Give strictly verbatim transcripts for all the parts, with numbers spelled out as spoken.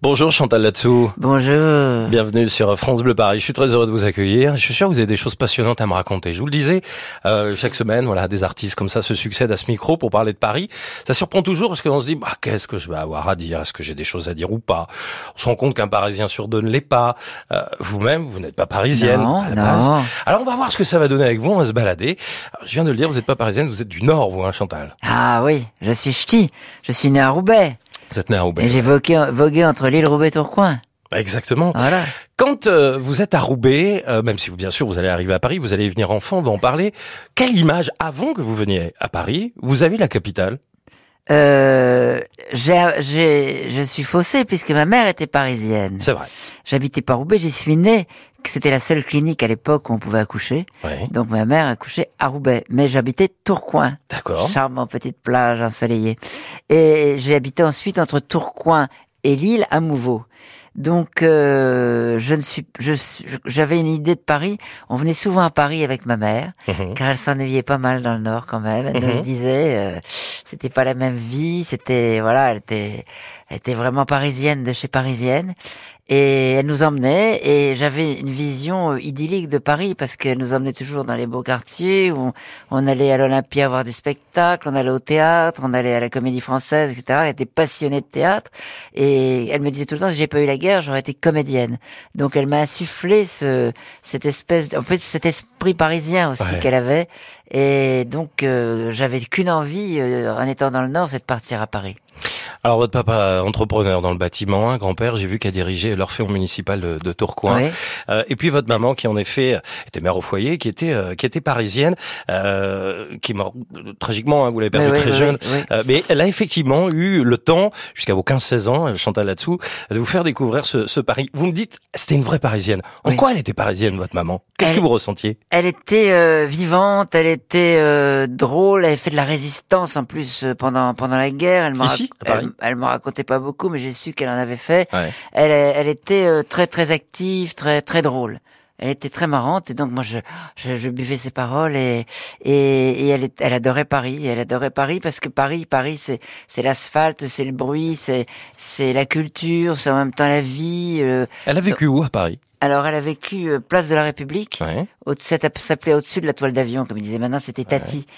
Bonjour Chantal Latsou. Bonjour. Bienvenue sur France Bleu Paris. Je suis très heureux de vous accueillir. Je suis sûr que vous avez des choses passionnantes à me raconter. Je vous le disais, euh, chaque semaine, voilà, des artistes comme ça se succèdent à ce micro pour parler de Paris. Ça surprend toujours parce qu'on se dit, bah, qu'est-ce que je vais avoir à dire? Est-ce que j'ai des choses à dire ou pas? On se rend compte qu'un Parisien sur deux ne l'est pas. Euh, vous-même, vous n'êtes pas parisienne non, à la non. base. Alors on va voir ce que ça va donner avec vous. On va se balader. Alors, je viens de le dire, vous n'êtes pas parisienne, vous êtes du Nord, vous, hein, Chantal. Ah oui, je suis ch'ti. Je suis né à Roubaix. Vous êtes né à Roubaix. Et j'ai vogué, vogué entre l'île Roubaix et Tourcoing. Exactement. Voilà. Quand euh, vous êtes à Roubaix, euh, même si vous, bien sûr, vous allez arriver à Paris, vous allez venir enfant, on va en parler. Quelle image, avant que vous veniez à Paris, vous avez la capitale? Euh, j'ai, j'ai, je suis faussé puisque ma mère était parisienne. C'est vrai. J'habitais pas Roubaix, j'y suis né. C'était la seule clinique à l'époque où on pouvait accoucher. Ouais. Donc ma mère accouchait à Roubaix. Mais j'habitais Tourcoing. D'accord. Charmante petite plage ensoleillée. Et j'ai habité ensuite entre Tourcoing et Lille à Mouveau. Donc euh, je ne suis, je, j'avais une idée de Paris. On venait souvent à Paris avec ma mère, Mmh. car elle s'ennuyait pas mal dans le Nord quand même. Elle Mmh. nous disait, euh, c'était pas la même vie. C'était voilà, elle était, elle était vraiment parisienne de chez parisienne. Et elle nous emmenait, et j'avais une vision idyllique de Paris parce qu'elle nous emmenait toujours dans les beaux quartiers où on, on allait à l'Olympia voir des spectacles, on allait au théâtre, on allait à la Comédie Française, et cetera. Elle était passionnée de théâtre et elle me disait tout le temps, si j'ai pas eu la guerre, j'aurais été comédienne. Donc elle m'a insufflé ce, cette espèce, en fait, cet esprit parisien aussi Ouais. qu'elle avait. Et donc euh, j'avais qu'une envie euh, en étant dans le Nord, c'est de partir à Paris. Alors votre papa, entrepreneur dans le bâtiment, un grand-père, j'ai vu, qui a dirigé l'Orphéon municipal de, de Tourcoing. Oui. Euh, et puis votre maman, qui en effet était mère au foyer, qui était euh, qui était parisienne, euh, qui est morte euh, tragiquement, hein, vous l'avez perdu Oui, très oui, jeune. oui, oui. Euh, mais elle a effectivement eu le temps, jusqu'à vos quinze seize ans, euh, Chantal Latsou, de vous faire découvrir ce, ce Paris. Vous me dites, c'était une vraie parisienne. En Oui. quoi elle était parisienne, votre maman? Qu'est-ce Elle- que vous ressentiez? Elle était euh, vivante, elle était euh, drôle, elle avait fait de la résistance en plus euh, pendant pendant la guerre. Elle m'a Ici, à Paris elle, elle me racontait pas beaucoup, mais j'ai su qu'elle en avait fait. Ouais. Elle elle était euh, très très active, très très drôle. Elle était très marrante et donc moi je je, je buvais ses paroles et et, et elle est- elle adorait Paris. Elle adorait Paris parce que Paris Paris c'est c'est l'asphalte, c'est le bruit, c'est c'est la culture, c'est en même temps la vie. euh. Elle a vécu où à Paris? Alors elle a vécu euh, place de la République. Ouais. Au- Ça s'appelait au-dessus de la toile d'avion, comme ils disaient. Maintenant, c'était Tati.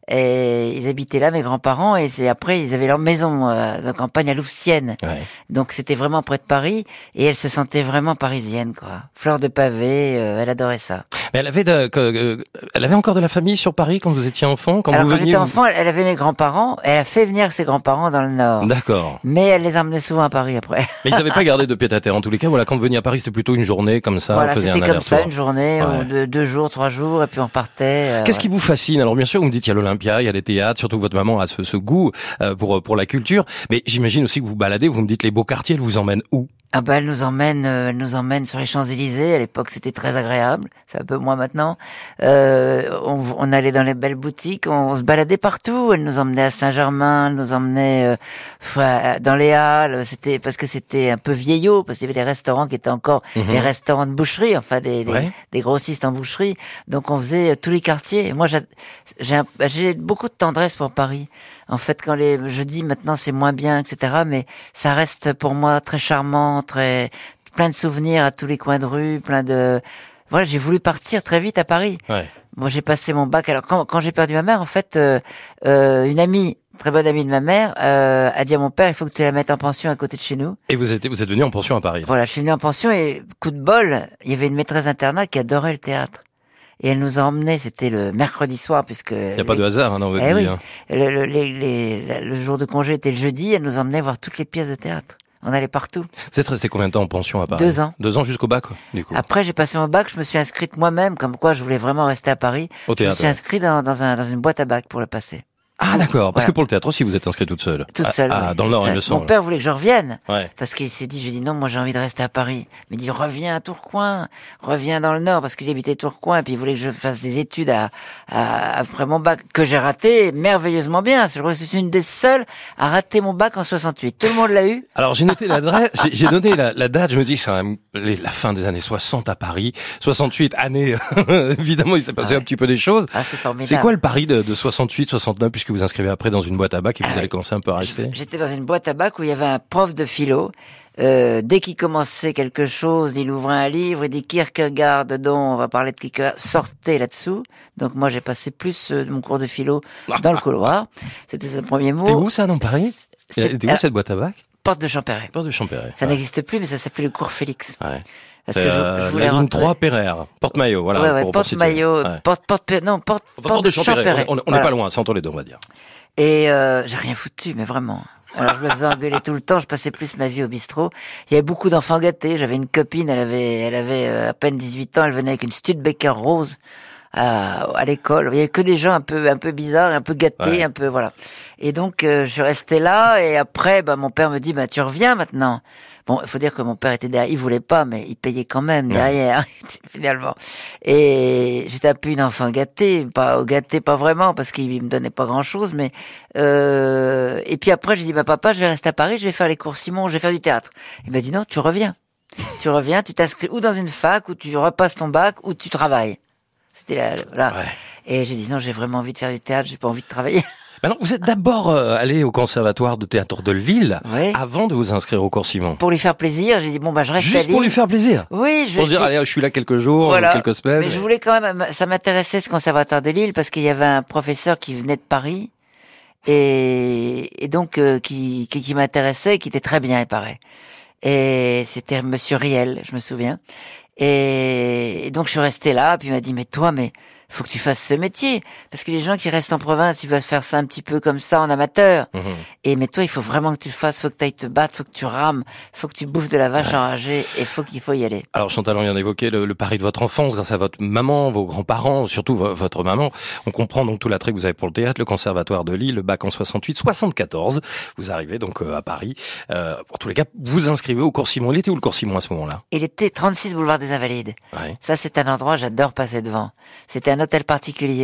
Et ils habitaient là, mes grands-parents, et c'est après, ils avaient leur maison euh, de campagne à Louvciennes. Ouais. Donc, c'était vraiment près de Paris, et elle se sentait vraiment parisienne, quoi. Fleur de pavé, euh, elle adorait ça. Mais elle avait de, que, euh, elle avait encore de la famille sur Paris quand vous étiez enfant, quand Alors, vous quand veniez. j'étais vous- enfant, elle, elle avait mes grands-parents, elle a fait venir ses grands-parents dans le Nord. D'accord. Mais elle les emmenait souvent à Paris après. Mais ils n'avaient pas gardé de pied à terre en tous les cas. Voilà, quand vous veniez à Paris, c'était plutôt une journée comme ça. Voilà, on faisait c'était un comme ça, aller-retour. une journée, Ouais. ou deux, deux jours, trois jours, et puis on partait. euh, Qu'est-ce ouais. qui vous fascine? Alors bien sûr, vous me dites il y a l'Olympia, il y a les théâtres, surtout votre maman a ce, ce goût euh, pour pour la culture. Mais j'imagine aussi que vous baladez, vous me dites les beaux quartiers, elle vous emmène où? Ah bah elle nous emmène, euh, elle nous emmène sur les Champs-Élysées. À l'époque, c'était très agréable. C'est un peu moins maintenant. Euh, on, on allait dans les belles boutiques, on, on se baladait partout. Elle nous emmenait à Saint-Germain, elle nous emmenait euh, enfin, dans les Halles. C'était parce que c'était un peu vieillot, parce qu'il y avait des restaurants qui étaient encore Mhm. des restaurants de boucherie, enfin des, des, Ouais. des grossistes en boucherie. Donc on faisait euh, tous les quartiers. Et moi, j'ai j'ai un- j'ai beaucoup de tendresse pour Paris. En fait, quand les, je dis maintenant c'est moins bien, et cetera. Mais ça reste pour moi très charmant, très plein de souvenirs à tous les coins de rue, plein de. Voilà, j'ai voulu partir très vite à Paris. Ouais. Moi, j'ai passé mon bac. Alors quand quand j'ai perdu ma mère, en fait, euh, euh, une amie, très bonne amie de ma mère, euh, a dit à mon père, il faut que tu la mettes en pension à côté de chez nous. Et vous êtes vous êtes venu en pension à Paris. Voilà, je suis venu en pension et coup de bol, il y avait une maîtresse d'internat qui adorait le théâtre. Et elle nous a emmenés, c'était le mercredi soir, puisque... Il n'y a pas de hasard hein, dans votre Eh vie. oui, hein. le, le, les- les- le jour de congé était le jeudi, elle nous emmenait voir toutes les pièces de théâtre. On allait partout. Vous êtes resté combien de temps en pension à Paris? Deux ans. Deux ans jusqu'au bac, quoi, du coup. Après, j'ai passé mon bac, je me suis inscrite moi-même, comme quoi je voulais vraiment rester à Paris. Au Je me théâtre. suis ouais. inscrite dans, dans, un, dans une boîte à bac pour le passer. Ah d'accord, parce Voilà. que pour le théâtre aussi, vous êtes inscrite toute seule. Toute Ah, seule. Ah, oui. dans le Nord, Ça- il me semble. Mon père voulait que je revienne. Ouais. Parce qu'il s'est dit, j'ai dit non, moi j'ai envie de rester à Paris. Il m'a dit, reviens à Tourcoing, reviens dans le Nord, parce qu'il habitait Tourcoing, et puis il voulait que je fasse des études à, à- après mon bac, que j'ai raté merveilleusement bien. Je crois que c'est une des seules à rater mon bac en soixante-huit. Tout le monde l'a eu. Alors j'ai noté l'adresse, j'ai- j'ai donné la, la date, je me dis c'est quand même les- la fin des années soixante à Paris, soixante-huit année, évidemment il s'est passé Ah ouais. un petit peu des choses. Ah, c'est formidable. C'est quoi le Paris de, de soixante-huit, soixante-neuf, puisque puisque vous inscrivez après dans une boîte à bac et Ah vous oui. allez commencer un peu à rester. J'étais dans une boîte à bac où il y avait un prof de philo. Euh, dès qu'il commençait quelque chose, il ouvrait un livre, il dit Kierkegaard, dedans, on va parler de Kierkegaard, sortez là-dessous. Donc moi, j'ai passé plus euh, mon cours de philo dans le couloir. C'était son premier mot. C'était où ça, dans Paris? C'est- C'était où alors, cette boîte à bac? Porte de Champéret. Porte de Champéret. Ça ouais. n'existe plus, mais ça s'appelait le cours Félix. Ouais. Parce C'est, que je, euh, je voulais la ligne rentrer. trois Pereire. Porte-maillot, voilà. ouais, ouais, pour- pour porte maillot, situer. Ouais. porte, porte, non, porte, Enfin, porte de Champéret. On on n'est Voilà. pas loin, c'est entre les deux, on va dire. Et euh, j'ai rien foutu, mais vraiment. Alors je me faisais engueuler tout le temps, je passais plus ma vie au bistrot. Il y avait beaucoup d'enfants gâtés. J'avais une copine, elle avait, elle avait euh, à peine dix-huit ans, elle venait avec une Studebaker rose à, à l'école. Il y avait que des gens un peu, un peu bizarres, un peu gâtés, Ouais. un peu voilà. Et donc euh, je suis resté là. Et après, bah mon père me dit, bah tu reviens maintenant. Bon, il faut dire que mon père était derrière. Il voulait pas, mais il payait quand même derrière, finalement. Et j'étais un peu une enfant gâtée, pas gâtée, pas vraiment, parce qu'il me donnait pas grand-chose, mais euh... et puis après, j'ai dit, bah papa, je vais rester à Paris, je vais faire les cours Simon, je vais faire du théâtre. Il m'a dit non, tu reviens, tu reviens, tu t'inscris ou dans une fac, ou tu repasses ton bac, ou tu travailles. C'était là, là. Ouais. Et j'ai dit non, j'ai vraiment envie de faire du théâtre, j'ai pas envie de travailler. Maintenant, vous êtes d'abord euh, allé au Conservatoire de théâtre de Lille Oui. avant de vous inscrire au cours Simon. Pour lui faire plaisir, j'ai dit bon bah je reste à Juste Lille. pour lui faire plaisir. Oui, je Pour se dire, je- allez, je suis là quelques jours, Voilà. quelques semaines. Mais je voulais quand même, ça m'intéressait ce conservatoire de Lille parce qu'il y avait un professeur qui venait de Paris et, et donc euh, qui, qui, qui m'intéressait, qui était très bien, il paraît. Et c'était Monsieur Riel, je me souviens. Et, et donc je suis resté là, puis il m'a dit mais toi, mais faut que tu fasses ce métier parce que les gens qui restent en province, ils veulent faire ça un petit peu comme ça en amateur. Mhm. Et mais toi, il faut vraiment que tu le fasses, faut que tu ailles te battre, faut que tu rames, faut que tu bouffes de la vache enragée et faut qu'il faut y aller. Alors Chantal, on vient d'évoquer le, le pari de votre enfance grâce à votre maman, vos grands-parents, surtout vo- votre maman. On comprend donc tout l'attrait que vous avez pour le théâtre, le Conservatoire de Lille, le bac en soixante-huit, soixante-quatorze. Vous arrivez donc euh, à Paris. Euh, en tous les cas, vous inscrivez au cours Simon. Il était où le cours Simon à ce moment-là? Il était trente-six boulevard des Invalides. Ouais. Ça, c'est un endroit, j'adore passer devant. C'était un hôtel particulier.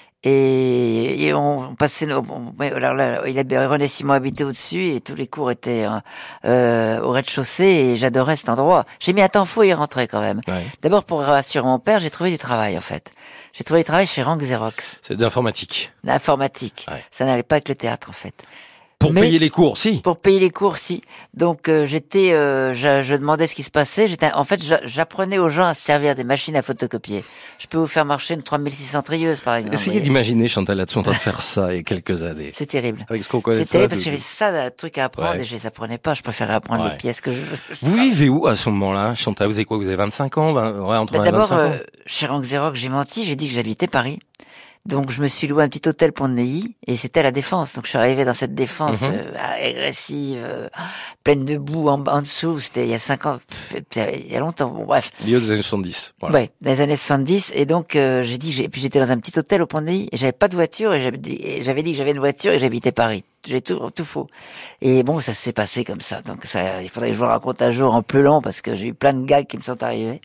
Et, et on, on passait, nos- on- ouais, alors là, il avait René Simon habitait au-dessus et tous les cours étaient euh, euh, au rez-de-chaussée et j'adorais cet endroit. J'ai mis un temps fou à y rentrer quand même. Ouais. D'abord pour rassurer mon père, j'ai trouvé du travail en fait. J'ai trouvé du travail chez Rank Xerox, C'est de l'informatique. l'informatique. Ouais. Ça n'allait pas avec le théâtre en fait. Pour Mais- payer les cours, si. Pour payer les cours, si. Donc euh, j'étais, euh, je, je demandais ce qui se passait. J'étais, en fait, j'a- j'apprenais aux gens à se servir des machines à photocopier. Je peux vous faire marcher une trois mille six cents trieuse, par exemple. Essayez vous voyez. d'imaginer Chantal là-dessous en train de faire ça il y a quelques années. C'est terrible. Avec ce qu'on connaît C'est ça. terrible parce de- que j'avais ça, de truc à apprendre Ouais. et je les apprenais pas. Je préférais apprendre Ouais. les pièces que je. Vous vivez où à ce moment-là, Chantal? Vous avez quoi? Vous avez vingt-cinq ans? vingt Ouais, entre Bah, vingt et D'abord, vingt-cinq ans. euh, chez Rank Xerox, j'ai menti. J'ai dit que j'habitais Paris. Donc je me suis loué un petit hôtel Pont de Neuilly et c'était à la Défense. Donc je suis arrivé dans cette Défense Mhm. euh, agressive, euh, pleine de boue en, en dessous. C'était il y a cinq ans, pff, il y a longtemps. Bon bref. Milieu des années soixante-dix. Voilà. Ouais, dans les années soixante-dix. Et donc, euh, j'ai dit, j'ai, puis j'étais dans un petit hôtel au Pont de Neuilly, et j'avais pas de voiture, et j'avais dit, et j'avais dit que j'avais une voiture, et j'habitais Paris. J'ai tout, tout faux. Et bon, ça s'est passé comme ça. Donc, ça, il faudrait que je vous le raconte un jour en plus long, parce que j'ai eu plein de gags qui me sont arrivés.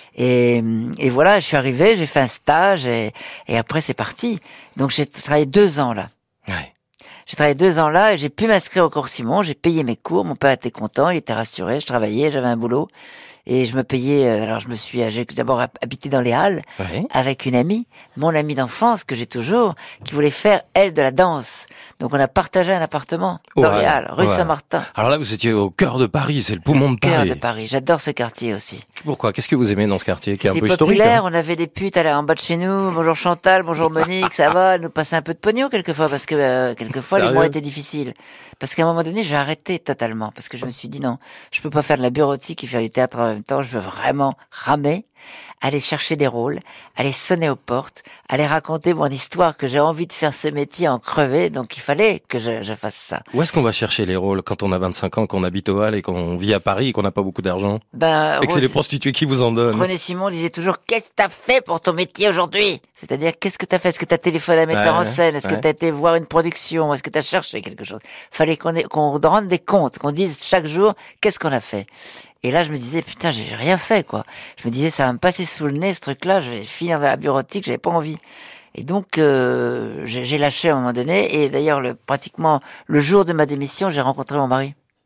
Et, et voilà, je suis arrivé, j'ai fait un stage, et, et après, c'est parti. Donc, j'ai travaillé deux ans là. Ouais. J'ai travaillé deux ans là, et j'ai pu m'inscrire au cours Simon, j'ai payé mes cours, mon père était content, il était rassuré, je travaillais, j'avais un boulot. Et je me payais, euh, alors je me suis, j'ai d'abord hab- habité dans les Halles, Ouais. avec une amie, mon amie d'enfance que j'ai toujours, qui voulait faire, elle, de la danse. Donc on a partagé un appartement dans Ouais, les Halles, rue ouais. Saint-Martin, Alors là, vous étiez au cœur de Paris, c'est le poumon de cœur Paris. de Paris. J'adore ce quartier aussi. Pourquoi? Qu'est-ce que vous aimez dans ce quartier qui est un C'était peu historique? populaire, hein on avait des putes à la- en bas de chez nous. Bonjour Chantal, bonjour Monique, ça va? Elle nous passait un peu de pognon quelquefois parce que euh, quelquefois les Sérieux mois étaient difficiles. Parce qu'à un moment donné, j'ai arrêté totalement parce que je me suis dit non, je peux pas faire de la bureautique et faire du théâtre en même temps. Je veux vraiment ramer, aller chercher des rôles, aller sonner aux portes, aller raconter mon histoire que j'ai envie de faire ce métier en crever. Donc il fallait que je, je fasse ça. Où est-ce qu'on va chercher les rôles quand on a vingt-cinq ans, qu'on habite au Halles et qu'on vit à Paris et qu'on n'a pas beaucoup d'argent? Ben, Et que c'est Rose- les prostituées qui vous en donnent? René Simon disait toujours qu'est-ce que t'as fait pour ton métier aujourd'hui? C'est-à-dire qu'est-ce que t'as fait? Est-ce que t'as téléphoné à un metteur Ouais, en scène? Est-ce ouais. que t'as été voir une production? Est-ce que t'as cherché quelque chose? Fallait qu'on ait- qu'on rende des comptes, qu'on dise chaque jour qu'est-ce qu'on a fait. Et là je me disais putain j'ai rien fait quoi. Je me disais ça va me passer sous le nez ce truc-là, je vais finir dans la bureautique, j'avais pas envie. Et donc euh, j'ai j'ai lâché à un moment donné. Et d'ailleurs le pratiquement le jour de ma démission j'ai rencontré mon mari.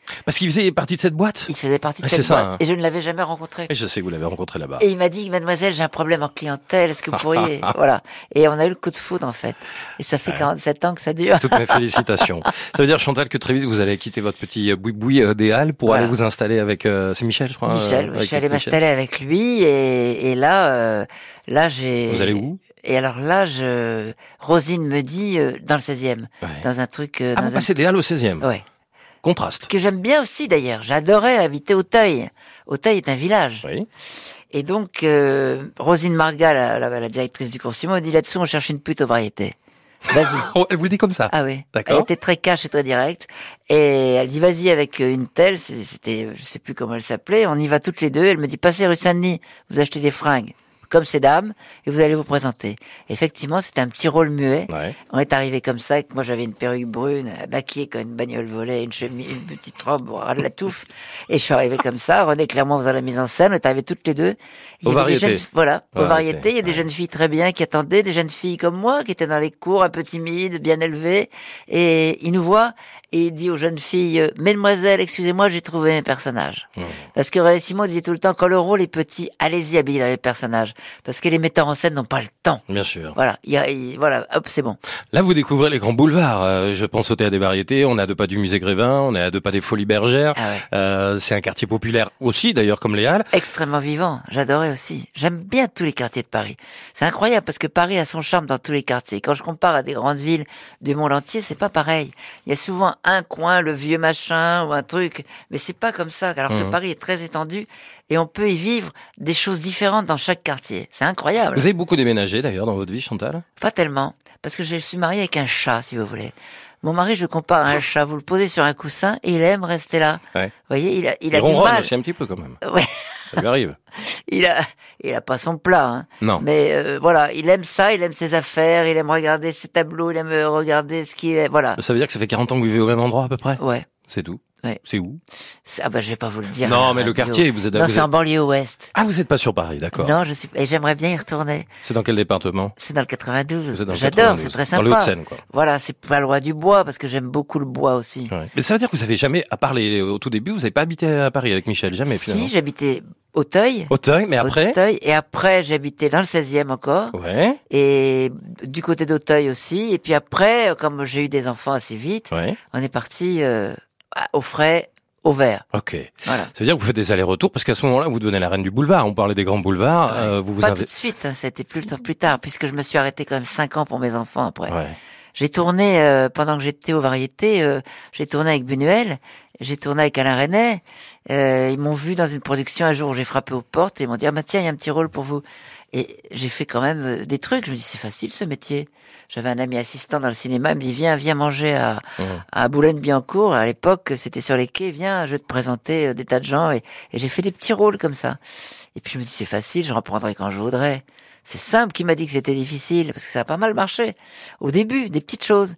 Parce qu'il faisait partie de cette boîte? Il faisait partie de Ah, cette c'est boîte ça, hein. et je ne l'avais jamais rencontré. Et je sais que vous l'avez rencontré là-bas. Et il m'a dit, mademoiselle, j'ai un problème en clientèle, est-ce que vous pourriez... Voilà. Et on a eu le coup de foudre, en fait. Et ça fait Ouais. quarante-sept ans que ça dure. Toutes mes félicitations. Ça veut dire, Chantal, que très vite, vous allez quitter votre petit boui-boui euh, des Halles pour Voilà. aller vous installer avec... Euh, c'est Michel, je crois. Michel, euh, je avec suis allée Michel. m'installer avec lui et, et là, euh, là j'ai... Vous allez où? Et alors là, je... Rosine me dit, euh, dans le seizième, Ouais. dans un truc... Euh, Ah, dans vous un... passez des Halles au seizième. Ouais. Contraste. Que j'aime bien aussi d'ailleurs. J'adorais habiter Auteuil. Auteuil est un village. Oui. Et donc, euh, Rosine Marga, la, la, la directrice du cours Simon, me dit là-dessous, on cherche une pute aux variétés. Vas-y. Oh, elle vous le dit comme ça. Ah oui. D'accord. Elle était très cash et très directe. Et elle dit, vas-y avec une telle, c'est- c'était, je sais plus comment elle s'appelait, on y va toutes les deux. Elle me dit, passez rue Saint-Denis, vous achetez des fringues, comme ces dames, et vous allez vous présenter. Effectivement, c'était un petit rôle muet. Ouais. On est arrivé comme ça, et que moi j'avais une perruque brune, maquillée comme une bagnole volée, une chemise, une petite robe, ras de la touffe. Et je suis arrivé comme ça, René Clermont faisant la mise en scène, on est arrivé toutes les deux. Il y Aux avait des variétés. jeunes, voilà, Aux aux variétés. variétés, Il y a des ouais. jeunes filles très bien qui attendaient, des jeunes filles comme moi, qui étaient dans les cours, un peu timides, bien élevées. Et il nous voit, et il dit aux jeunes filles, euh, mesdemoiselles, excusez-moi, j'ai trouvé un personnage. Mmh. Parce que René Simon disait tout le temps, quand le rôle est petit, allez-y, habillez dans les personnages. Parce que les metteurs en scène n'ont pas le temps. Bien sûr. Voilà, il y a, il- voilà, hop, c'est bon. Là, vous découvrez les grands boulevards. Euh, je pense au Théâtre des Variétés. On est à deux pas du Musée Grévin. On est à deux pas des Folies Bergères. Ah ouais. Euh, c'est un quartier populaire aussi, d'ailleurs, comme les Halles. Extrêmement vivant, j'adorais aussi. J'aime bien tous les quartiers de Paris. C'est incroyable parce que Paris a son charme dans tous les quartiers. Quand je compare à des grandes villes du monde entier, c'est pas pareil. Il y a souvent un coin, le vieux machin ou un truc, mais c'est pas comme ça. Alors que Mhm. Paris est très étendu et on peut y vivre des choses différentes dans chaque quartier. C'est incroyable. Vous avez beaucoup déménagé, d'ailleurs, dans votre vie, Chantal? Pas tellement, parce que je suis mariée avec un chat, si vous voulez. Mon mari, je le compare à un chat. Vous le posez sur un coussin et il aime rester là. Ouais. Vous voyez, il a, il Il a du ronronne mal. aussi un petit peu, quand même. Ouais. Ça lui arrive. Il a, il a pas son plat, hein. Non. Mais euh, voilà, il aime ça, il aime ses affaires, il aime regarder ses tableaux, il aime euh, regarder ce qu'il est, voilà. Ça veut dire que ça fait quarante ans que vous vivez au même endroit, à peu près? Ouais. C'est tout? Ouais. C'est où? C'est- Ah bah je vais pas vous le dire. Non, à la mais le radio. quartier, vous êtes... Non, vous c'est êtes- en banlieue ouest. Ah, vous êtes pas sur Paris, d'accord. Non, je sais. Et j'aimerais bien y retourner. C'est dans quel département? C'est dans le Vous quatre-vingt-douze. êtes dans le J'adore, quatre-vingt-douze. c'est très Dans sympa. les Hauts-de-Seine, quoi. Voilà, c'est pas loin du bois parce que j'aime beaucoup le bois aussi. Ouais. Mais ça veut dire que vous avez jamais, à part les, au tout début, vous n'avez pas habité à Paris avec Michel, jamais, finalement. Si, j'habitais Auteuil. Auteuil, mais après? Auteuil, et après j'habitais dans le seizième encore. Ouais, Et du côté d'Auteuil aussi. Et puis après, comme j'ai eu des enfants assez vite, ouais. on est parti euh, au frais, au vert. Ok. Voilà. Ça veut dire que vous faites des allers-retours parce qu'à ce moment-là, vous devenez la reine du boulevard. On parlait des grands boulevards. Ouais. euh, vous vous Pas avez... tout de suite, hein, c'était plus, plus tard, puisque je me suis arrêté quand même cinq ans pour mes enfants après. Ouais. J'ai tourné, euh, pendant que j'étais aux variétés, euh, j'ai tourné avec Buñuel, j'ai tourné avec Alain Resnais. Euh, ils m'ont vu dans une production un jour où j'ai frappé aux portes et ils m'ont dit « Ah bah tiens, il y a un petit rôle pour vous ». Et j'ai fait quand même euh, des trucs. Je me dis, c'est facile ce métier. J'avais un ami assistant dans le cinéma, il me dit, viens, viens manger à, Mmh. à Boulogne-Billancourt. À l'époque, c'était sur les quais, viens, je vais te présenter euh, des tas de gens. Et, et j'ai fait des petits rôles comme ça. Et puis je me dis, c'est facile, je reprendrai quand je voudrais. C'est simple qui m'a dit que c'était difficile, parce que ça a pas mal marché. Au début, des petites choses.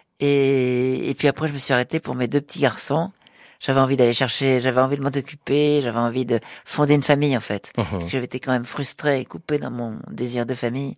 Et, et puis après, je me suis arrêté pour mes deux petits garçons. J'avais envie d'aller chercher, j'avais envie de m'en occuper, j'avais envie de fonder une famille, en fait. Mmh. Parce que j'avais été quand même frustré et coupé dans mon désir de famille.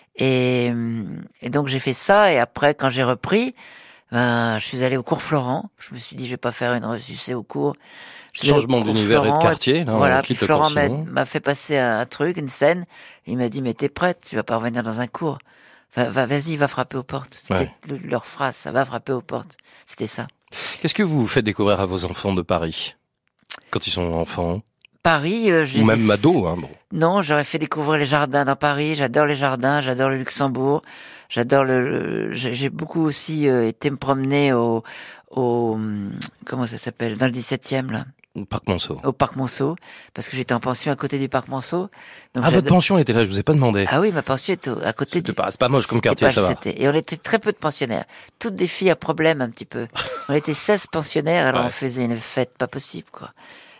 Et, et donc j'ai fait ça, et après, quand j'ai repris, ben, je suis allé au cours Florent. Je me suis dit, je vais pas faire une ressucée au cours. Je suis allé au Changement cours d'univers et de Florent, quartier. Là, on voilà, quitte puis le Florent cours m'a, Simon. m'a fait passer un, un truc, une scène. Il m'a dit, mais t'es prête, tu vas pas revenir dans un cours. Va, va, vas-y, va frapper aux portes. C'était Ouais. le- leur phrase, ça va frapper aux portes. C'était ça. Qu'est-ce que vous faites découvrir à vos enfants de Paris quand ils sont enfants? Paris, euh, je Ou les ai même f- Mado, hein, bon. Non, j'aurais fait découvrir les jardins dans Paris. J'adore les jardins, j'adore le Luxembourg, j'adore le. le- j'ai j'ai beaucoup aussi euh, été me promener au, au hum, comment ça s'appelle, dans le dix-septième là, Parc Monceau. au parc Monceau, parce que j'étais en pension à côté du parc Monceau. Donc Ah, votre j'adore- pension était là, je vous ai pas demandé. Ah oui, ma pension était au- à côté C'était du. pas, c'est pas moche comme C'était quartier, pas- ça va. c'était- Et on était très peu de pensionnaires, toutes des filles à problème un petit peu. On était seize pensionnaires, alors Ouais. on faisait une fête pas possible quoi.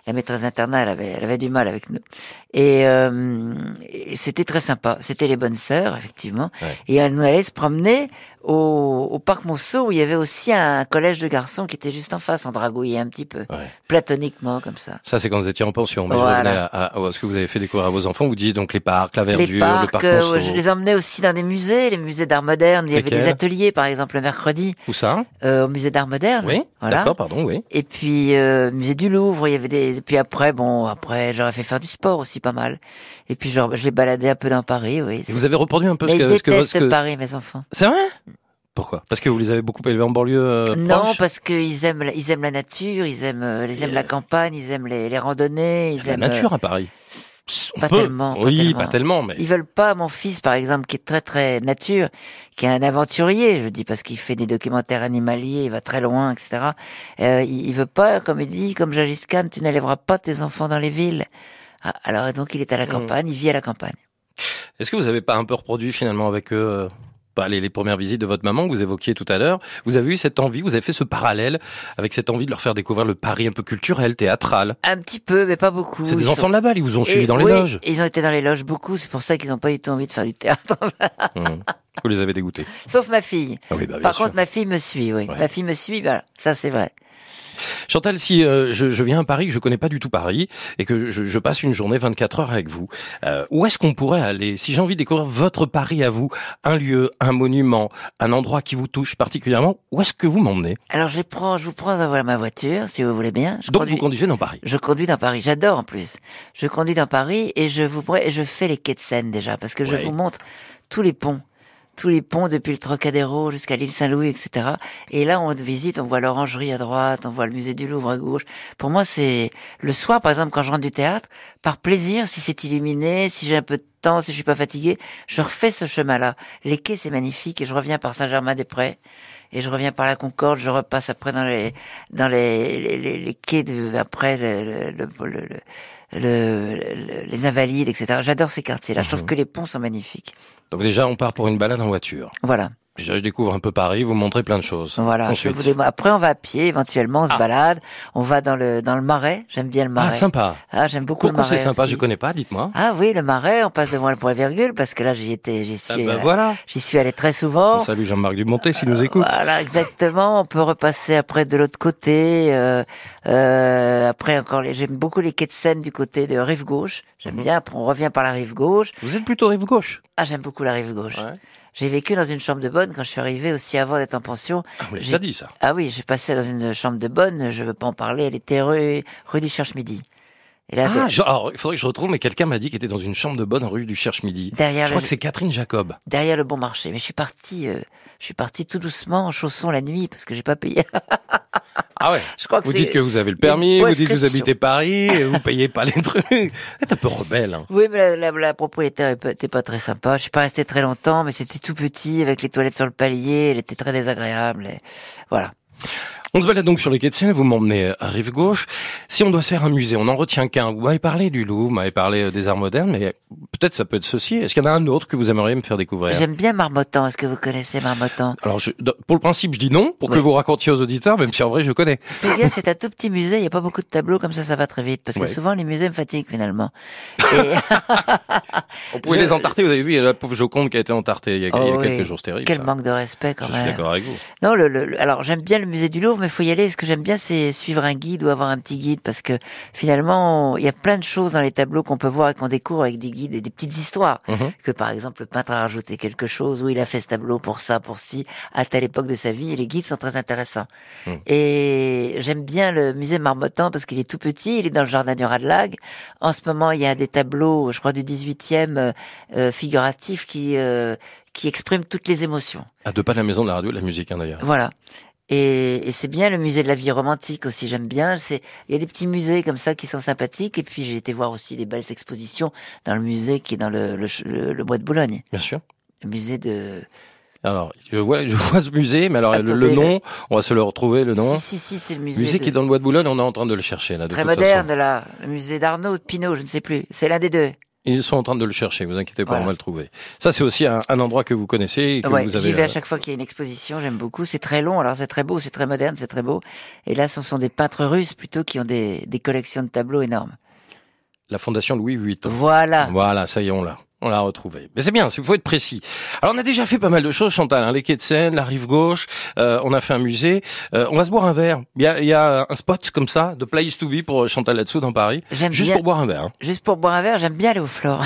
La maîtresse d'internat, elle avait, elle avait du mal avec nous. Et, euh, et c'était très sympa. C'était les bonnes sœurs, effectivement. Ouais. Et elle nous allait se promener au, au parc Monceau, où il y avait aussi un collège de garçons qui était juste en face. On dragouillait un petit peu, Ouais. platoniquement, comme ça. Ça, c'est quand vous étiez en pension. Mais Voilà. je revenais à, à, à ce que vous avez fait découvrir à vos enfants. Vous disiez donc les parcs, la verdure, Les parcs, le parc euh, Monceau. je les emmenais aussi dans des musées, les musées d'art moderne. Il y avait Lesquels des ateliers, par exemple, le mercredi, Où ça? euh, au musée d'art moderne. Oui. Voilà. D'accord, pardon, oui. Et puis euh, musée du Louvre, il y avait des. Et puis après, bon, après j'aurais fait faire du sport aussi pas mal. Et puis genre, je les baladais un peu dans Paris, oui. Et vous avez reproduit un peu Mais ce ils que, ce que, détestent ce que... Paris, mes enfants. C'est vrai? Pourquoi? Parce que vous les avez beaucoup élevés en banlieue euh, Non, proche parce qu'ils aiment, la- ils aiment la nature, ils aiment, euh, ils aiment Et la euh, campagne, ils aiment les, les randonnées, ils La aiment. nature à Paris. euh, On pas peut. tellement, pas Oui, tellement. pas tellement, mais. Ils veulent pas, mon fils, par exemple, qui est très très nature, qui est un aventurier, je dis, parce qu'il fait des documentaires animaliers, il va très loin, et cetera. Euh, il, il veut pas, comme il dit, comme Gengis Khan, tu n'élèveras pas tes enfants dans les villes. Ah, alors, et donc, il est à la campagne, il vit à la campagne. Est-ce que vous avez pas un peu reproduit finalement avec eux euh, bah, les, les premières visites de votre maman que vous évoquiez tout à l'heure? Vous avez eu cette envie, vous avez fait ce parallèle avec cette envie de leur faire découvrir le Paris un peu culturel, théâtral. Un petit peu, mais pas beaucoup. C'est des Ils enfants sont- de là-bas, ils vous ont suivi Et dans les oui, loges. ils ont été dans les loges beaucoup, c'est pour ça qu'ils n'ont pas eu tout envie de faire du théâtre. Mmh. Vous les avez dégoûtés. Sauf ma fille. Ah oui, bah, bien Par sûr. contre, ma fille me suit, oui. Ouais. Ma fille me suit, voilà. Ça, c'est vrai. Chantal, si euh, je, je viens à Paris, que je connais pas du tout Paris, et que je, je passe une journée vingt-quatre heures avec vous, euh, où est-ce qu'on pourrait aller? Si j'ai envie de découvrir votre Paris à vous, un lieu, un monument, un endroit qui vous touche particulièrement, où est-ce que vous m'emmenez? Alors, je prends, je vous prends dans voilà, ma voiture, si vous voulez bien. Je Donc conduis- vous conduisez dans Paris. Je conduis dans Paris, j'adore en plus. Je conduis dans Paris et je vous et je fais les quais de Seine déjà parce que je Ouais. vous montre tous les ponts, tous les ponts depuis le Trocadéro jusqu'à l'île Saint-Louis, et cetera. Et là, on visite, on voit l'Orangerie à droite, on voit le musée du Louvre à gauche. Pour moi, c'est le soir, par exemple, quand je rentre du théâtre, par plaisir, si c'est illuminé, si j'ai un peu de temps, si je suis pas fatigué, je refais ce chemin-là. Les quais, c'est magnifique et je reviens par Saint-Germain-des-Prés. Et je reviens par la Concorde, je repasse après dans les dans les les, les, les quais de après le, le, le, le, le- le- les Invalides, et cetera. J'adore ces quartiers-là. Je trouve que les ponts sont magnifiques. Donc déjà, on part pour une balade en voiture. Voilà, Déjà, je découvre un peu Paris, vous montrez plein de choses. voilà. Je Ensuite. vous dé- Après, on va à pied, éventuellement, on se Ah. balade. On va dans le dans le Marais. J'aime bien le Marais. Ah, sympa. Ah, j'aime beaucoup Pourquoi le Marais. c'est sympa? aussi. Je connais pas, dites-moi. Ah oui, le Marais. On passe devant le point virgule parce que là, j'y étais, j'y Ah suis, bah euh, voilà. j'y suis allé très souvent. On salue Jean-Marc Dumontet s'il nous écoute. Voilà, exactement. On peut repasser après de l'autre côté. Euh, euh, après encore, les, j'aime beaucoup les quais de Seine du côté de rive gauche. J'aime Mhm. bien. Après, on revient par la rive gauche. Vous êtes plutôt rive gauche. Ah, j'aime beaucoup la rive gauche. Ouais. J'ai vécu dans une chambre de bonne quand je suis arrivé aussi avant d'être en pension. Ah, vous l'avez J'ai- déjà dit ça. Ah oui, j'ai passé dans une chambre de bonne. Je veux pas en parler. Elle était rue, rue du Cherche-Midi. Et là, Ah, de- je- alors, il faudrait que je retrouve, mais quelqu'un m'a dit qu'il était dans une chambre de bonne rue du Cherche-Midi. derrière Je le, crois que c'est Catherine Jacob. derrière le bon marché. Mais je suis parti, euh, je suis parti tout doucement en chaussons la nuit parce que j'ai pas payé. Ah ouais. Je crois que Vous c'est dites que vous avez le il y a une permis, vous dites que vous prescription. habitez Paris, et vous payez pas les trucs. C'est un peu rebelle, hein. Oui, mais la, la, la propriétaire était pas très sympa. Je suis pas resté très longtemps, mais c'était tout petit avec les toilettes sur le palier. Elle était très désagréable. Et voilà. On se balade donc sur les quais de Seine, vous m'emmenez à rive gauche. Si on doit se faire un musée, on n'en retient qu'un. Vous m'avez parlé du Louvre, vous m'avez parlé euh, des arts modernes, mais peut-être ça peut être ceci. Est-ce qu'il y en a un autre que vous aimeriez me faire découvrir? J'aime bien Marmottan. Est-ce que vous connaissez Marmottan? Alors, je, dans- pour le principe, je dis non, pour que Oui. vous racontiez aux auditeurs, même si en vrai, je connais. C'est bien, c'est un tout petit musée. Il y a pas beaucoup de tableaux comme ça, ça va très vite. Parce que Ouais. souvent les musées me fatiguent finalement. Et... On pouvait Je- les entarter, vous avez vu, il y a la pauvre Joconde qui a été entartée il y a, il y a Oh oui. quelques jours, c'était terrible. Quel ça. manque de respect quand Je suis même. d'accord avec vous. Non, le, le, le- alors j'aime bien le musée du Louvre, mais il faut y aller. Ce que j'aime bien, c'est suivre un guide ou avoir un petit guide, parce que finalement, il y a plein de choses dans les tableaux qu'on peut voir et qu'on découvre avec des guides et des petites histoires. Mhm. Que par exemple, le peintre a rajouté quelque chose, ou il a fait ce tableau pour ça, pour ci, à telle époque de sa vie. Et les guides sont très intéressants. Mhm. Et j'aime bien le musée Marmottan parce qu'il est tout petit. Il est dans le jardin du Radlag. En ce moment, il y a des tableaux, je crois du dix-huitième euh, euh, figuratifs qui euh, qui expriment toutes les émotions. À deux pas de la maison de la radio, de la musique, hein, d'ailleurs. Voilà. Et, et c'est bien le musée de la vie romantique aussi, j'aime bien. C'est, il y a des petits musées comme ça qui sont sympathiques. Et puis j'ai été voir aussi des belles expositions dans le musée qui est dans le, le, le, le bois de Boulogne. Bien sûr. Le musée de... Alors, je vois, je vois ce musée, mais alors le, Attendez, le nom, on va se le retrouver, le nom. Si, si, si, c'est le musée, Musée de- qui est dans le bois de Boulogne, on est en train de le chercher, là, de très toute moderne, façon. là. Le musée d'Arnaud, de Pinault, je ne sais plus. C'est l'un des deux. Ils sont en train de le chercher, vous inquiétez pas, Voilà. on va le trouver. Ça, c'est aussi un, un endroit que vous connaissez et que Ouais, vous avez... j'y vais à euh, chaque fois qu'il y a une exposition, j'aime beaucoup. C'est très long, alors c'est très beau, c'est très moderne, c'est très beau. Et là, ce sont des peintres russes plutôt qui ont des, des collections de tableaux énormes. La fondation Louis huit. Voilà. Voilà, ça y est, on l'a. On l'a retrouvé. Mais c'est bien, il faut être précis. Alors, on a déjà fait pas mal de choses, Chantal. Hein, les quais de Seine, la rive gauche, euh, on a fait un musée. Euh, on va se boire un verre. Il y a, il y a un spot comme ça, de place to be pour Chantal là-dessous dans Paris. J'aime Juste bien- pour boire un verre. Hein. Juste pour boire un verre, j'aime bien aller au Flore.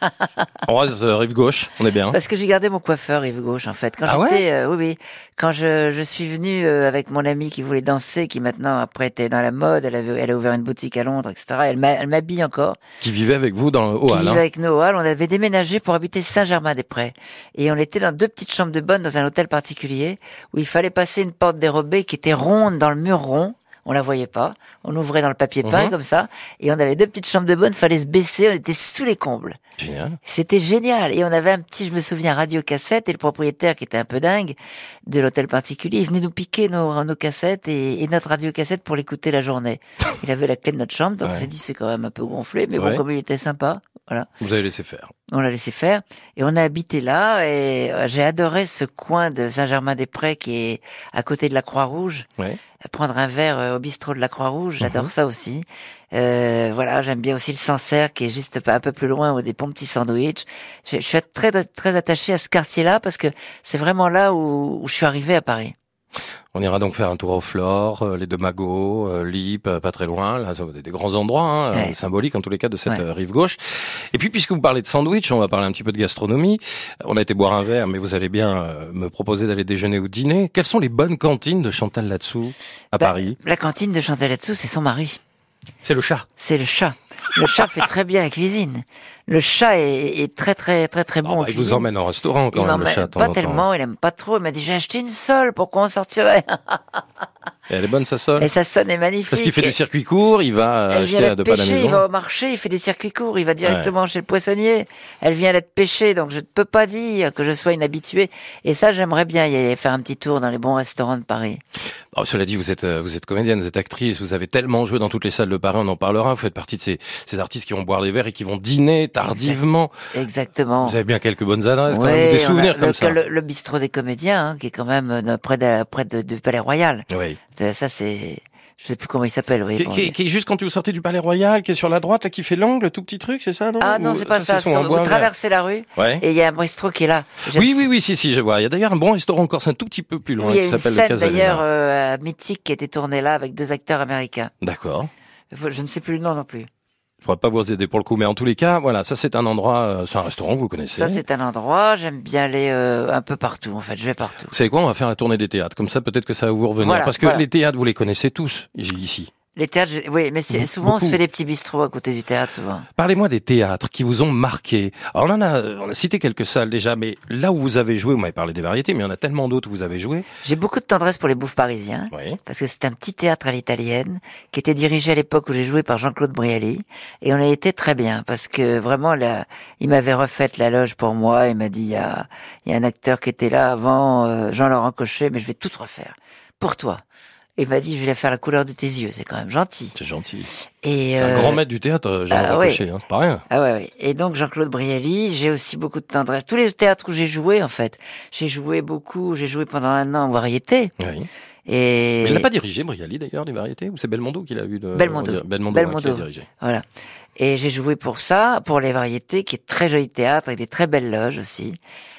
On reste euh, rive gauche, on est bien. Parce que j'ai gardé mon coiffeur rive gauche, en fait. Quand Ah j'étais, euh, oui, oui. Quand je, je suis venu euh, avec mon amie qui voulait danser, qui maintenant, après, était dans la mode, elle avait, elle a ouvert une boutique à Londres, et cetera. Elle m'a- elle m'habille encore. Qui vivait avec vous dans au Qui hall. vivait Hein. avec nous au Hall. On avait déménagé pour habiter Saint-Germain-des-Prés. Et on était dans deux petites chambres de bonne dans un hôtel particulier où il fallait passer une porte dérobée qui était ronde dans le mur rond. On la voyait pas. On ouvrait dans le papier peint Mhm. comme ça. Et on avait deux petites chambres de bonne. Fallait se baisser. On était sous les combles. Génial. C'était génial. Et on avait un petit, je me souviens, radiocassette. Et le propriétaire, qui était un peu dingue, de l'hôtel particulier, il venait nous piquer nos, nos cassettes et, et notre radiocassette pour l'écouter la journée. Il avait la clé de notre chambre. Donc Ouais. on s'est dit, c'est quand même un peu gonflé. Mais Ouais. bon, comme il était sympa. Voilà. Vous avez laissé faire. On l'a laissé faire et on a habité là et euh, j'ai adoré ce coin de Saint-Germain-des-Prés qui est à côté de la Croix-Rouge. Ouais. Prendre un verre euh, au bistrot de la Croix-Rouge, j'adore Mhm. ça aussi. Euh, voilà, j'aime bien aussi le Sancerre qui est juste pas un peu plus loin où des bons petits sandwichs. Je, je suis très très attaché à ce quartier-là parce que c'est vraiment là où, où je suis arrivé à Paris. On ira donc faire un tour au Flore, euh, les deux Magots, euh, Lip, euh, pas très loin, là, ça, des, des grands endroits, hein, Ouais. euh, symboliques en tous les cas de cette Ouais. euh, rive gauche. Et puis, puisque vous parlez de sandwich, on va parler un petit peu de gastronomie. On a été boire un verre, mais vous allez bien euh, me proposer d'aller déjeuner ou dîner. Quelles sont les bonnes cantines de Chantal là-dessous à Bah, Paris? La cantine de Chantal là-dessous, c'est son mari. C'est le chat. C'est le chat. Le chat fait très bien la cuisine. Le chat est, est très très très très bon. Ah, en bah, il cuisine. vous emmène au restaurant quand Il même, le m'emmène chat. de temps pas en temps. tellement, il aime pas trop. Il m'a dit j'ai acheté une sole, pourquoi on sortirait? Et elle est bonne, sa sole? Et sa sonne est magnifique. Parce qu'il fait du circuit court, il va euh, Elle vient acheter à d'être deux pas de la pêchée, maison. il va au marché, il fait des circuits courts, il va directement chez le poissonnier. Elle vient d'être pêchée, donc je ne peux pas dire que je sois une habituée. Et ça, j'aimerais bien y aller faire un petit tour dans les bons restaurants de Paris. Oh, cela dit, vous êtes euh, vous êtes comédienne, vous êtes actrice, vous avez tellement joué dans toutes les salles de Paris, on en parlera. Vous faites partie de ces, ces artistes qui vont boire des verres et qui vont dîner tardivement. Exactement. Vous avez bien quelques bonnes adresses, quand Ouais, même, des on a souvenirs le, comme ça. Le, le bistrot des comédiens, hein, qui est quand même euh, près de, près de, du Palais Royal. Oui. Ça, ça, c'est, je sais plus comment il s'appelle. Oui, Qui, bon, qui, qui est juste quand vous sortez du Palais Royal, qui est sur la droite, là, qui fait l'angle, le tout petit truc, c'est ça, non? Ah non, Ou- c'est pas ça. c'est c'est son quand bois vous vert. traversez la rue Ouais. et il y a un bistrot qui est là. J'aime Oui, oui, oui, si, si, je vois. Il y a d'ailleurs un bon restaurant encore, c'est un tout petit peu plus loin, Il y a qui une s'appelle le scène Casaluna. d'ailleurs euh, mythique qui a été tournée là avec deux acteurs américains. D'accord. Je ne sais plus le nom non plus. Je pourrais pas vous aider pour le coup, mais en tous les cas, voilà, ça c'est un endroit, euh, c'est un restaurant que vous connaissez. Ça, c'est un endroit. J'aime bien aller euh, un peu partout. En fait, je vais partout. Vous savez quoi, on va faire la tournée des théâtres, comme ça peut-être que ça va vous revenir. Voilà, Parce que voilà. les théâtres, vous les connaissez tous, ici. Les théâtres, je- oui, mais c'est, Be- souvent on se beaucoup. fait des petits bistrots à côté du théâtre, souvent. Parlez-moi des théâtres qui vous ont marqué. Alors on en a, on a cité quelques salles déjà, mais là où vous avez joué, vous m'avez parlé des variétés, mais il y en a tellement d'autres où vous avez joué. J'ai beaucoup de tendresse pour les bouffes parisiens. Oui. Parce que c'est un petit théâtre à l'italienne qui était dirigé à l'époque où j'ai joué par Jean-Claude Brialy et on a été très bien parce que vraiment là, il m'avait refait la loge pour moi. Il m'a dit il y a, il y a un acteur qui était là avant, euh, Jean-Laurent Cochet, mais je vais tout refaire pour toi. Il m'a dit je vais la faire la couleur de tes yeux, c'est quand même gentil. C'est gentil. Et C'est un euh, grand maître du théâtre, Jean ah, Rocochet, hein, c'est pas rien. Ah ouais, ouais. Et donc Jean-Claude Brialy, j'ai aussi beaucoup de tendresse. Tous les théâtres où j'ai joué en fait, j'ai joué beaucoup. J'ai joué pendant un an en variété. Oui. Et Mais il n'a pas dirigé, Brialy d'ailleurs, les variétés, ou c'est Belmondo qui l'a eu de... Belmondo. on dirait- Belmondo, Belmondo. hein, qui l'a dirigé. Voilà. Et j'ai joué pour ça, pour les variétés, qui est très joli théâtre, avec des très belles loges aussi.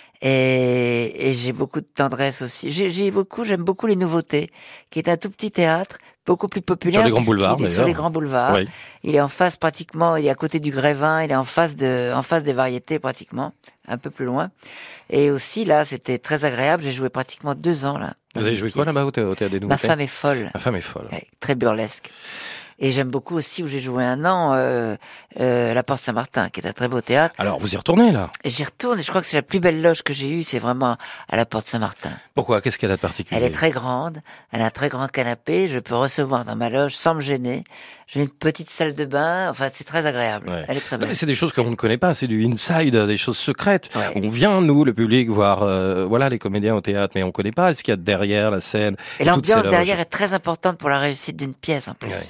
Et, et j'ai beaucoup de tendresse aussi. J'ai, j'ai beaucoup, j'aime beaucoup les nouveautés, qui est un tout petit théâtre, beaucoup plus populaire. Sur les grands puisqu'il boulevards, est Sur d'ailleurs. les grands boulevards. Oui. Il est en face pratiquement, il est à côté du Grévin, il est en face de, en face des variétés pratiquement, un peu plus loin. Et aussi là, c'était très agréable. J'ai joué pratiquement deux ans là. dans Vous avez une joué quoi pièce. là-bas au thé- au théâtre des Ma Nouveautés? femme est folle. Ma femme est folle. Ouais, très burlesque. Et j'aime beaucoup aussi où j'ai joué un an euh, euh, la Porte Saint-Martin, qui est un très beau théâtre. Alors, vous y retournez là? Et j'y retourne et je crois que c'est la plus belle loge que j'ai eue, c'est vraiment à la Porte Saint-Martin. Pourquoi? Qu'est-ce qu'elle a de particulier? Elle est très grande, elle a un très grand canapé, je peux recevoir dans ma loge sans me gêner. J'ai une petite salle de bain, enfin c'est très agréable. Ouais. Elle est très Non, belle. mais c'est des choses qu'on ne connaît pas, c'est du inside, des choses secrètes. Ouais. On vient, nous, le public, voir euh, voilà les comédiens au théâtre, mais on connaît pas ce qu'il y a derrière la scène. Et toutes ces l'ambiance loges. derrière est très importante pour la réussite d'une pièce en plus. Ouais.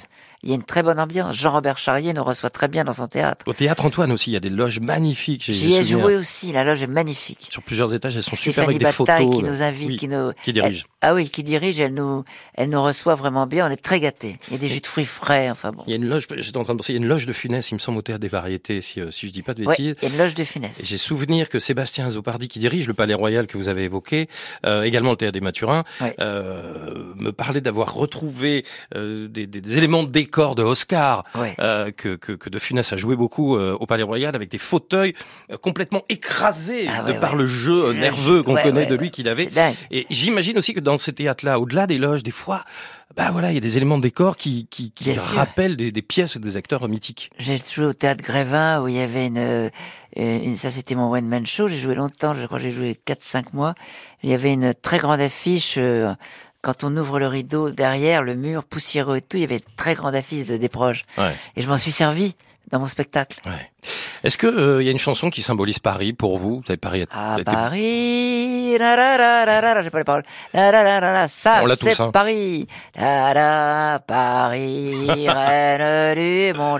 il y a une très bonne ambiance. Jean-Robert Charrier nous reçoit très bien dans son théâtre. Au théâtre Antoine aussi, il y a des loges magnifiques. J'ai J'y ai joué aussi, la loge est magnifique. Sur plusieurs étages, elles sont C'est super Fanny avec des Bataille photos. qui nous invite, oui, qui nous... qui dirige. Elle, ah oui, qui dirige, elle nous, elle nous reçoit vraiment bien, on est très gâtés. Il y a des jus de fruits frais, enfin bon. Il y a une loge, j'étais en train de penser, il y a une loge de Funès, il me semble, au théâtre des variétés, si, euh, si je dis pas de Oui, bêtises. il y a une loge de Funès. Et j'ai souvenir que Sébastien Zopardi, qui dirige le Palais Royal que vous avez évoqué, euh, également le théâtre des Mathurins, Oui. euh, me parlait d'avoir retrouvé euh, des, des, des éléments de décor de Oscar, Oui. euh, que, que, que de Funès a joué beaucoup euh, au Palais Royal, avec des fauteuils euh, complètement écrasés Ah de ouais, par ouais. le jeu euh, Le nerveux jeu, qu'on ouais, connaît ouais, de lui ouais. qu'il avait. C'est dingue. Et j'imagine aussi que dans ces théâtres-là, au-delà des loges, des fois, bah voilà, il y a des éléments de décor qui, qui, qui Bien sûr. rappellent des, des pièces ou des acteurs mythiques. J'ai joué au théâtre Grévin où il y avait une, euh, une ça c'était mon one man show. J'ai joué longtemps, je crois que j'ai joué quatre cinq mois. Il y avait une très grande affiche. Euh, quand on ouvre le rideau derrière, le mur poussiéreux et tout, il y avait une très grande affiche de Desproges. Ouais. Et je m'en suis servi dans mon spectacle. Ouais. Est-ce que euh, il y a une chanson qui symbolise Paris pour vous? Vous avez Paris été- À été- Paris, la la la la la la, j'ai pas les paroles. La la la la la, ça On l'a c'est tous, hein. Paris. La la Paris, reine du monde.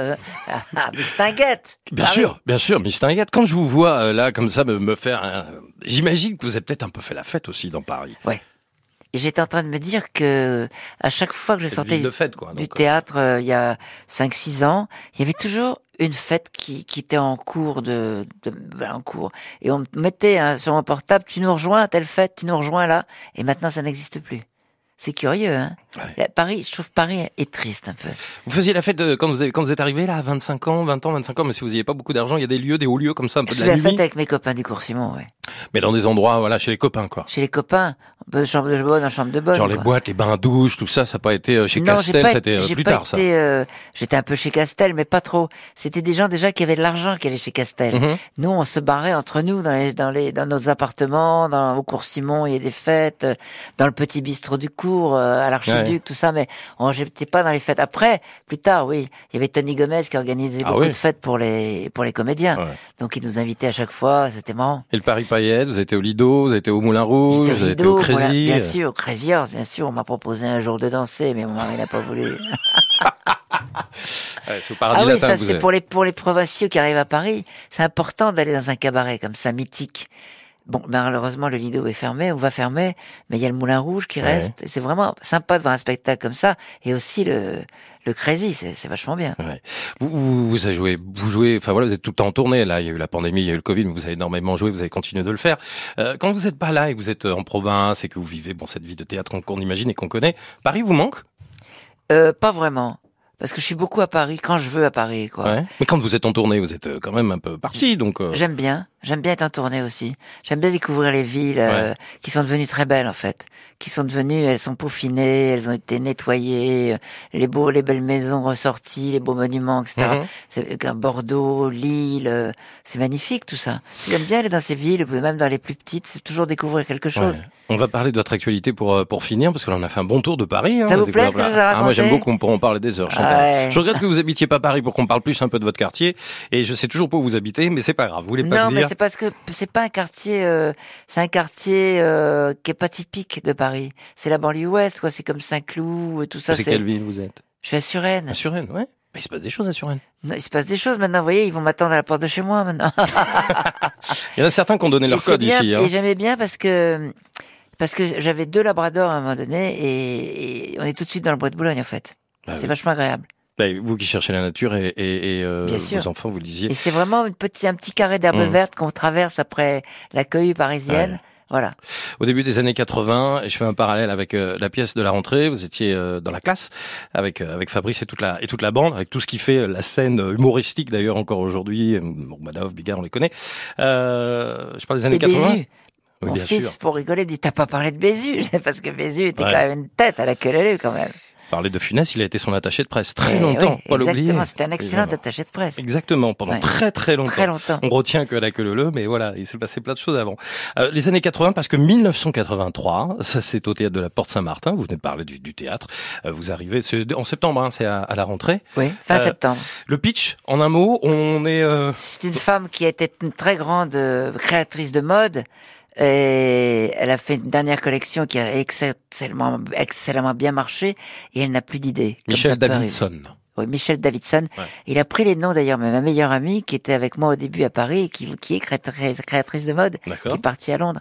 Ah, Mistinguette. Bien Paris. sûr, bien sûr, Miss Tinguette. Quand je vous vois euh, là comme ça me, me faire, un... j'imagine que vous avez peut-être un peu fait la fête aussi dans Paris. Ouais. Et j'étais en train de me dire que à chaque fois que je C'est une sortais ville de fête, quoi. du Donc, euh, théâtre euh, il y a cinq six ans, il y avait toujours une fête qui, qui était en cours de, de ben, en cours. Et on me mettait hein, sur mon portable, tu nous rejoins à telle fête, tu nous rejoins là. Et maintenant, ça n'existe plus. C'est curieux, hein. Ouais. Là, Paris, je trouve Paris est triste un peu. Vous faisiez la fête euh, quand vous, avez, quand vous êtes arrivé là à vingt-cinq ans, vingt ans, vingt-cinq ans, mais si vous n'aviez pas beaucoup d'argent, il y a des lieux, des hauts lieux comme ça, un peu Je de fais la la nuit. fête avec mes copains du Cours-Simon, ouais. Mais dans des endroits, voilà, chez les copains, quoi. Chez les copains, on peut de chambre de bonne en chambre de bonne. Genre les quoi. boîtes, les bains-douches, tout ça, ça n'a pas été euh, chez Non, j'ai Castel, pas c'était été- euh, j'ai plus pas tard, ça. été, euh, j'étais un peu chez Castel, mais pas trop. C'était des gens déjà qui avaient de l'argent qui allaient chez Castel. Mhm. Nous, on se barrait entre nous dans les, dans les, dans nos appartements, dans, au cours Simon, il y a des fêtes, euh, dans le petit bistrot du cours, euh, à l'Archiduc, Ouais. tout ça, mais on, j'étais pas dans les fêtes. Après, plus tard, oui, il y avait Tony Gomez qui organisait Ah beaucoup oui. de fêtes pour les, pour les comédiens. Ouais. Donc, il nous invitait à chaque fois, c'était marrant. Et le Paris Paillettes, vous étiez au Lido, vous avez été au Moulin Rouge, J'étais au vous avez été Lido, au voilà, Crazy. bien sûr, au Crazy Horse, bien sûr, on m'a proposé un jour de danser, mais mon mari n'a pas voulu. Ouais, c'est au Paradis Ah oui, Latin ça que vous c'est avez. pour les pour les provinciaux qui arrivent à Paris. C'est important d'aller dans un cabaret comme ça, mythique. Bon, ben, malheureusement le Lido est fermé, on va fermer, mais il y a le Moulin Rouge qui Ouais. reste. Et c'est vraiment sympa de voir un spectacle comme ça, et aussi le le Crazy, c'est c'est vachement bien. Ouais. Vous, vous, vous avez joué, vous jouez, enfin voilà, vous êtes tout le temps en tournée. Là, il y a eu la pandémie, il y a eu le Covid, mais vous avez énormément joué, vous avez continué de le faire. Euh, quand vous êtes pas là et que vous êtes en province et que vous vivez bon cette vie de théâtre qu'on qu'on imagine et qu'on connaît, Paris vous manque? Euh, pas vraiment, parce que je suis beaucoup à Paris quand je veux à Paris, quoi. Ouais. Mais quand vous êtes en tournée, vous êtes euh, quand même un peu parti, donc. euh, J'aime bien, j'aime bien être en tournée aussi. J'aime bien découvrir les villes euh, Ouais. qui sont devenues très belles en fait, qui sont devenues, elles sont peaufinées, elles ont été nettoyées, euh, les beaux, les belles maisons ressorties, les beaux monuments, et cetera. Mhm. C'est- euh, Bordeaux, Lille, euh, c'est magnifique tout ça. J'aime bien aller dans ces villes, même dans les plus petites, c'est toujours découvrir quelque chose. Ouais. On va parler de votre actualité pour euh, pour finir parce que là on a fait un bon tour de Paris. Hein, Ça on a vous plaît, découvert ce que plein- je vous ai Ah, moi j'aime raconté beaucoup, on pourra en parler des heures. Chantal. Ah ouais. Je regrette que vous habitiez pas Paris pour qu'on parle plus un peu de votre quartier. Et je sais toujours pas où vous habitez, mais c'est pas grave. Vous voulez pas Non, me mais dire? c'est parce que c'est pas un quartier, euh, c'est un quartier euh, qui est pas typique de Paris. C'est la banlieue ouest, quoi. C'est comme Saint-Cloud, tout ça. C'est quelle ville vous êtes? Je suis à Suresnes. À Suresnes, ouais. Mais il se passe des choses à Suresnes. Non, il se passe des choses maintenant. Vous voyez, ils vont m'attendre à la porte de chez moi maintenant. Il y en a certains qui ont donné Et leur c'est code bien, ici. Hein. Et j'aimais bien parce que parce que j'avais deux labradors à un moment donné et, et on est tout de suite dans le bois de Boulogne en fait. Bah c'est oui. vachement agréable. Bah, vous qui cherchez la nature et, et, et euh, Bien sûr. vos enfants, vous le disiez. Et c'est vraiment une petite, un petit carré d'herbe Mmh. verte qu'on traverse après la cohue parisienne. Ouais. Voilà. Au début des années quatre-vingts, et je fais un parallèle avec euh, la pièce de la rentrée, vous étiez euh, dans la classe avec euh, avec Fabrice et toute la et toute la bande, avec tout ce qui fait euh, la scène humoristique d'ailleurs encore aujourd'hui. Bon, Madoff, Bigard, on les connaît. Euh, je parle des années Et quatre-vingts. Bézu. Oui, Mon bien fils, sûr. pour rigoler, me dit, t'as pas parlé de Bézu? Parce que Bézu était Ouais. quand même une tête à la queue leu quand même. Parler de Funès, il a été son attaché de presse très Eh longtemps, oui, pas l'oublier. exactement, c'était un excellent Évidemment. attaché de presse. Exactement, pendant Ouais. très très longtemps. Très longtemps. On retient que la queue leu, mais voilà, il s'est passé plein de choses avant. Euh, les années quatre-vingts, parce que mille neuf cent quatre-vingt-trois, ça c'est au théâtre de la Porte Saint-Martin, vous venez de parler du, du théâtre, euh, vous arrivez, c'est en septembre, hein, c'est à, à la rentrée. Oui, fin Euh, septembre. Le pitch, en un mot, on est... Euh... C'est une femme qui était une très grande euh, créatrice de mode, Et elle a fait une dernière collection qui a excellemment, excellemment bien marché et elle n'a plus d'idées. Michel Davidson. Oui, Michel Davidson. Ouais. Il a pris les noms d'ailleurs, mais ma meilleure amie qui était avec moi au début à Paris, qui, qui est créatrice, créatrice de mode, D'accord. qui est partie à Londres.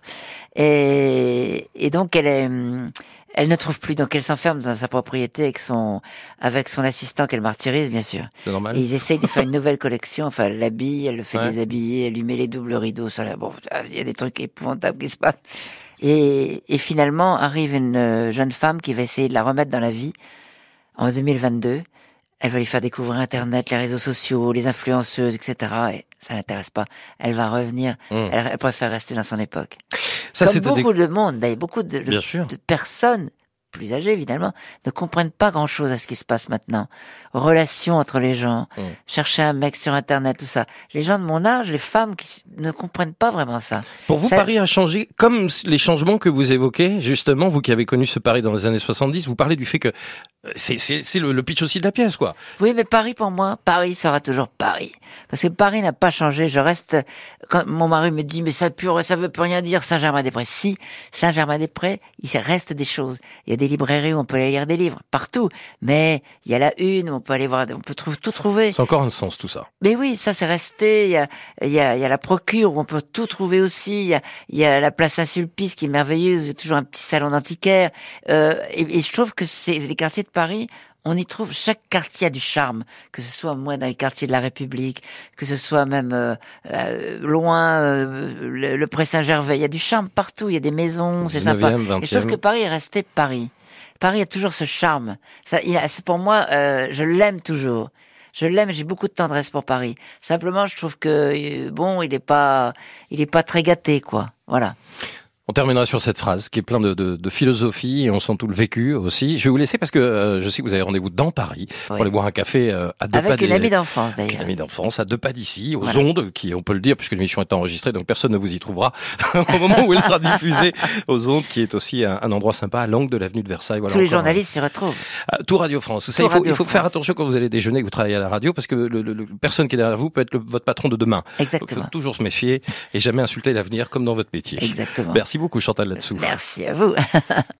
Et, et donc elle est, elle ne trouve plus, donc elle s'enferme dans sa propriété avec son, avec son assistant qu'elle martyrise bien sûr. C'est normal. Et ils essayent de faire une nouvelle collection. Enfin, elle l'habille, elle le fait ouais. déshabiller, elle lui met les doubles rideaux sur la. Bon, il y a des trucs épouvantables qui se passent. Et, et finalement arrive une jeune femme qui va essayer de la remettre dans la vie en deux mille vingt-deux. Elle va lui faire découvrir Internet, les réseaux sociaux, les influenceuses, et cetera. Et ça l'intéresse pas. Elle va revenir. Mmh. Elle, elle préfère rester dans son époque. Ça, Comme beaucoup des... de monde, d'ailleurs, beaucoup de, de, de personnes plus âgées, évidemment, ne comprennent pas grand-chose à ce qui se passe maintenant. Relations entre les gens, mmh. chercher un mec sur Internet, tout ça. Les gens de mon âge, les femmes qui ne comprennent pas vraiment ça. Pour vous, ça... Paris a changé, comme les changements que vous évoquez, justement, vous qui avez connu ce Paris dans les années soixante-dix, vous parlez du fait que c'est, c'est, c'est le, le pitch aussi de la pièce, quoi. Oui, mais Paris, pour moi, Paris sera toujours Paris. Parce que Paris n'a pas changé. Je reste, quand mon mari me dit, mais ça pure, ça veut plus rien dire, Saint-Germain-des-Prés. Si, Saint-Germain-des-Prés, il reste des choses. Il y a des librairies où on peut aller lire des livres, partout. Mais il y a la une où on peut aller voir, on peut tout, tout trouver. C'est encore un sens, tout ça. Mais oui, ça c'est resté. Il y a, il y a, il y a la Procure où on peut tout trouver aussi. Il y a, il y a la place Saint-Sulpice qui est merveilleuse. Il y a toujours un petit salon d'antiquaire. Euh, et, et je trouve que c'est les quartiers de Paris, on y trouve, chaque quartier a du charme, que ce soit moi dans les quartiers de la République, que ce soit même euh, euh, loin, euh, le, le Pré Saint-Gervais, il y a du charme partout, il y a des maisons, c'est sympa. Et je trouve que Paris est resté Paris. Paris a toujours ce charme. Ça, il a, c'est pour moi, euh, je l'aime toujours. Je l'aime, j'ai beaucoup de tendresse pour Paris. Simplement, je trouve que bon, il est pas, il est pas très gâté, quoi. Voilà. On terminera sur cette phrase qui est plein de, de, de philosophie et on sent tout le vécu aussi. Je vais vous laisser parce que euh, je sais que vous avez rendez-vous dans Paris oui. pour aller boire un café euh, à deux Avec pas des... une amie d'enfance d'ailleurs. Avec une amie d'enfance à deux pas d'ici, aux voilà. ondes, qui on peut le dire puisque l'émission est enregistrée, donc personne ne vous y trouvera au moment où elle sera diffusée, aux ondes, qui est aussi un, un endroit sympa à l'angle de l'avenue de Versailles. Voilà, tous les journalistes s'y retrouvent. Euh, tout Radio France. Vous savez, il faut, il faut faire attention quand vous allez déjeuner, que vous travaillez à la radio, parce que le, le, le personne qui est derrière vous peut être le, votre patron de demain. Exactement. Il faut toujours se méfier et jamais insulter l'avenir comme dans votre métier. Exactement. Merci beaucoup Chantal là-dessous. Merci à vous.